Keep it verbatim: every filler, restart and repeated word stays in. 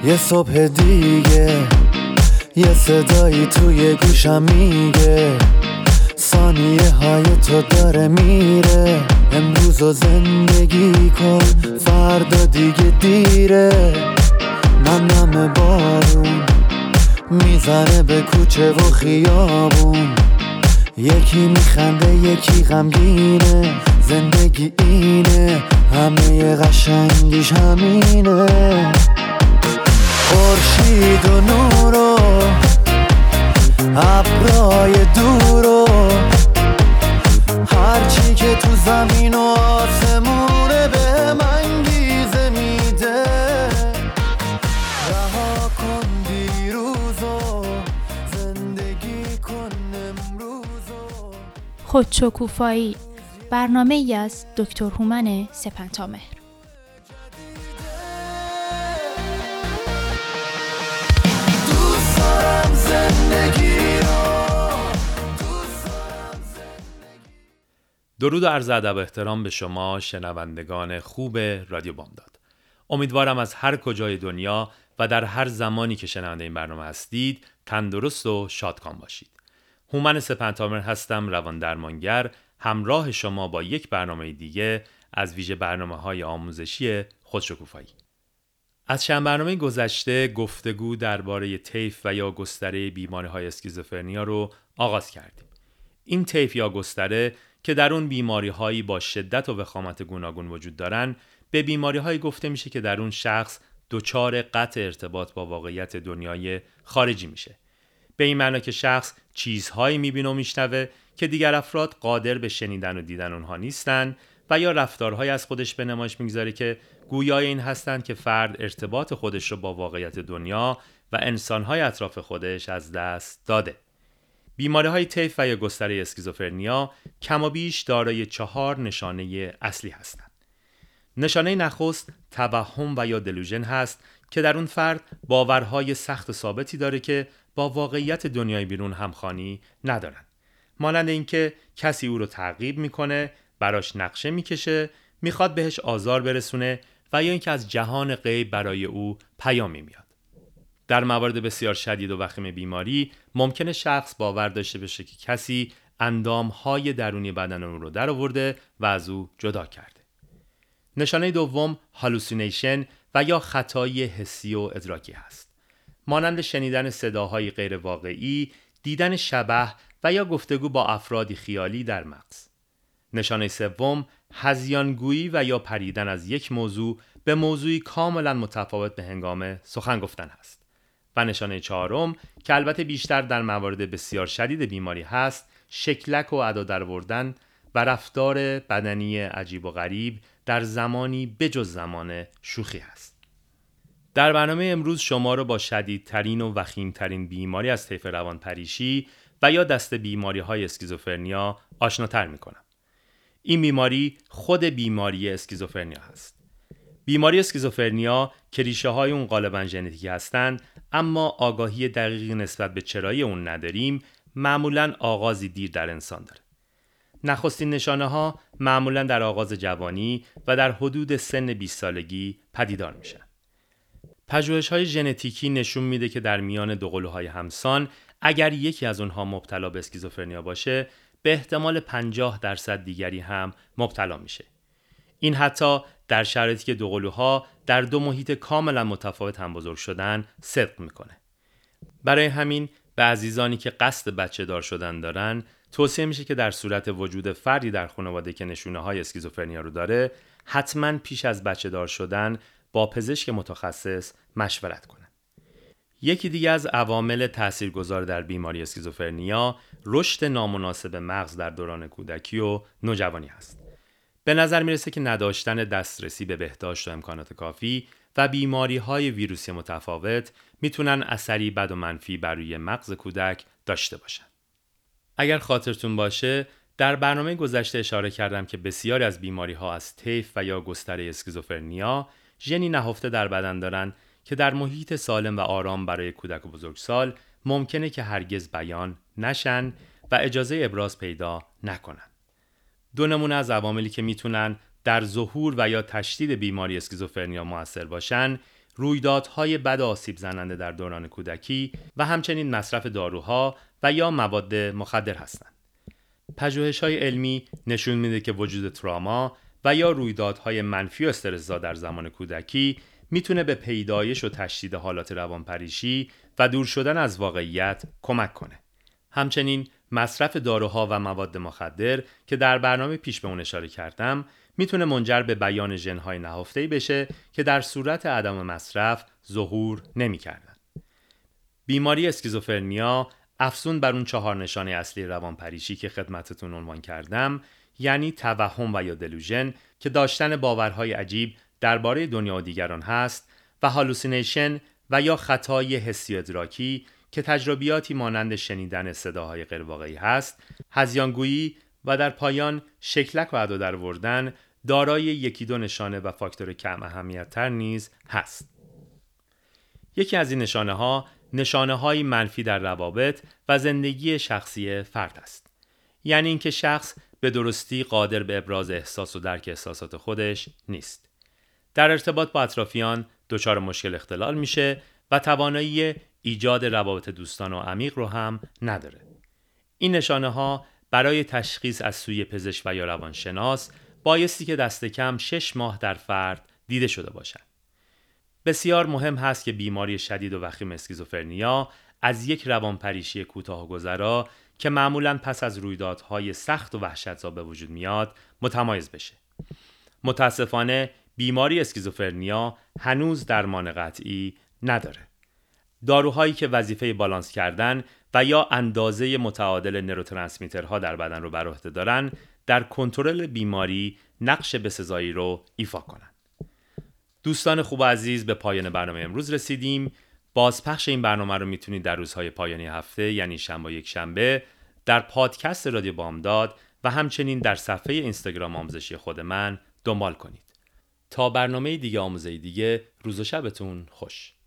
یه صبح دیگه یه صدایی توی گوشم میگه ثانیه های تو داره میره، امروز رو زندگی کن فردا دیگه دیره. نم نم بارون میزنه به کوچه و خیابون، یکی میخنده یکی غمگینه، زندگی اینه همه قشنگیش همینه. خورشید و نور و ابرای دور و هرچی که تو زمین و آسمونه به من انگیزه میده. رها کن دیروزو زندگی کن امروزو. خودشکوفایی، برنامه ای از دکتر هومن سپنتامهر. درود و عرض ادب و احترام به شما شنوندگان خوب رادیو بامداد. امیدوارم از هر کجای دنیا و در هر زمانی که شنونده این برنامه هستید تندرست و شادکام باشید. هومن سپنتامهر هستم، روان درمانگر، همراه شما با یک برنامه دیگه از ویژه برنامه‌های آموزشی خودشکوفایی. از چند برنامه گذشته گفتگو درباره طیف و یا گستره بیماری‌های اسکیزوفرنیا رو آغاز کردیم. این طیف یا گستره که در اون بیماری‌هایی با شدت و وخامت گوناگون وجود دارن، به بیماری‌هایی گفته میشه که در اون شخص دچار قطع ارتباط با واقعیت دنیای خارجی میشه. به این معنی که شخص چیزهایی میبینه و میشنوه که دیگر افراد قادر به شنیدن و دیدن اونها نیستن و یا رفتارهایی از خودش به نمایش میگذاره که گویای این هستند که فرد ارتباط خودش رو با واقعیت دنیا و انسان‌های اطراف خودش از دست داده. بیماری‌های طیف و یا گستره اسکیزوفرنیا کم و بیش دارای چهار نشانه اصلی هستند. نشانه نخست توهم و یا دلوژن هست که در اون فرد باورهای سخت ثابتی داره که با واقعیت دنیای بیرون همخوانی ندارن. مانند اینکه کسی او رو تعقیب میکنه، براش نقشه میکشه، میخواد بهش آزار برسونه و یا اینکه از جهان غیب برای او پیامی میاد. در موارد بسیار شدید و وخیم بیماری ممکنه شخص باور داشته باشه که کسی اندامهای درونی بدن او رو در آورده و از او جدا کرده. نشانه دوم هالوسینیشن و یا خطای حسی و ادراکی هست. مانند شنیدن صداهای غیر واقعی، دیدن شبح و یا گفتگو با افرادی خیالی در مغز. نشانه سوم هذیانگویی و یا پریدن از یک موضوع به موضوعی کاملا متفاوت به هنگام سخن گفتن هست. و نشانه چهارم که البته بیشتر در موارد بسیار شدید بیماری هست، شکلک و ادا درآوردن و رفتار بدنی عجیب و غریب در زمانی بجز زمان شوخی هست. در برنامه امروز شما رو با شدیدترین و وخیمترین بیماری از طیف روانپریشی و یا دسته بیماری‌های اسکیزوفرنیا آشناتر می‌کنم. این بیماری خود بیماری اسکیزوفرنیا هست. بیماری اسکیزوفرنیا که ریشه‌های اون غالباً ژنتیکی هستند، اما آگاهی دقیقی نسبت به چرایی اون نداریم، معمولاً آغازی دیر در انسان داره. نخستین نشانه‌ها معمولاً در آغاز جوانی و در حدود سن بیست سالگی پدیدار میشن. پژوهش‌های ژنتیکی نشون میده که در میان دو قلوهای همسان اگر یکی از اونها مبتلا به اسکیزوفرنیا باشه، به احتمال پنجاه درصد دیگری هم مبتلا میشه. این حتی در شرایطی که دو قلوها در دو محیط کاملا متفاوت هم بزرگ شدن صدق میکنه. برای همین به عزیزانی که قصد بچه دار شدن دارن توصیه میشه که در صورت وجود فردی در خانواده که نشونه های اسکیزوفرنیا رو داره، حتما پیش از بچه دار شدن با پزشک متخصص مشورت کنن. یکی دیگه از عوامل تاثیرگذار در بیماری اسکیزوفرنیا رشد نامناسب مغز در دوران کودکی و نوجوانی هست. به نظر میرسه که نداشتن دسترسی به بهداشت و امکانات کافی و بیماری‌های ویروسی متفاوت میتونن اثری بد و منفی بر روی مغز کودک داشته باشن. اگر خاطرتون باشه در برنامه گذشته اشاره کردم که بسیاری از بیماری‌ها از طیف و یا گستره اسکیزوفرنیا ژنی نهفته در بدن دارن که در محیط سالم و آرام برای کودک و بزرگسال ممکنه که هرگز بیان نشن و اجازه ابراز پیدا نکنن. دو نمونه از عواملی که میتونن در ظهور و یا تشدید بیماری اسکیزوفرنیا مؤثر باشن، رویدادهای بد آسیب زننده در دوران کودکی و همچنین مصرف داروها و یا مواد مخدر هستند. پژوهش‌های علمی نشون میده که وجود تراما و یا رویدادهای منفی و استرس‌زا در زمان کودکی میتونه به پیدایش و تشدید حالات روانپریشی و دور شدن از واقعیت کمک کنه. همچنین مصرف داروها و مواد مخدر که در برنامه پیش به اون اشاره کردم میتونه منجر به بیان ژن‌های نهفته‌ای بشه که در صورت عدم مصرف ظهور نمی‌کردن. بیماری اسکیزوفرنیا افزون بر اون چهار نشانه اصلی روانپریشی که خدمتتون عنوان کردم، یعنی توهم و یا دلوژن که داشتن باورهای عجیب درباره دنیا و دیگران هست و هالوسینیشن و یا خطای حسی ادراکی که تجربیاتی مانند شنیدن صداهای غیرواقعی هست، هذیانگویی و در پایان شکلک و ادا درآوردن دارای یکی دو نشانه و فاکتور کم اهمیت تر نیز هست. یکی از این نشانه ها نشانه های منفی در روابط و زندگی شخصی فرد است. یعنی اینکه شخص به درستی قادر به ابراز احساس و درک احساسات خودش نیست. در ارتباط با اطرافیان دچار مشکل اختلال میشه و توانایی ایجاد روابط دوستانه و عمیق رو هم نداره. این نشانه ها برای تشخیص از سوی پزشک و یا روانشناس بایستی که دست کم شش ماه در فرد دیده شده باشند. بسیار مهم هست که بیماری شدید و وخیم اسکیزوفرنیا از یک روانپریشی کوتاه‌گذرا که معمولاً پس از رویدادهای سخت و وحشتزا به وجود میاد متمایز بشه. متاسفانه بیماری اسکیزوفرنیا هنوز درمان قطعی نداره. داروهایی که وظیفه بالانس کردن و یا اندازه متعادل نوروترانسمیترها در بدن رو بر عهده دارن، در کنترل بیماری نقش بسزایی رو ایفا کنن. دوستان خوب و عزیز، به پایان برنامه امروز رسیدیم. بازپخش این برنامه رو میتونید در روزهای پایانی هفته، یعنی شنبه و یک شنبه، در پادکست رادیو بامداد و همچنین در صفحه اینستاگرام آموزشی خود من دنبال کنید. تا برنامه دیگه آموزهی دیگه، روز و شبتون خوش.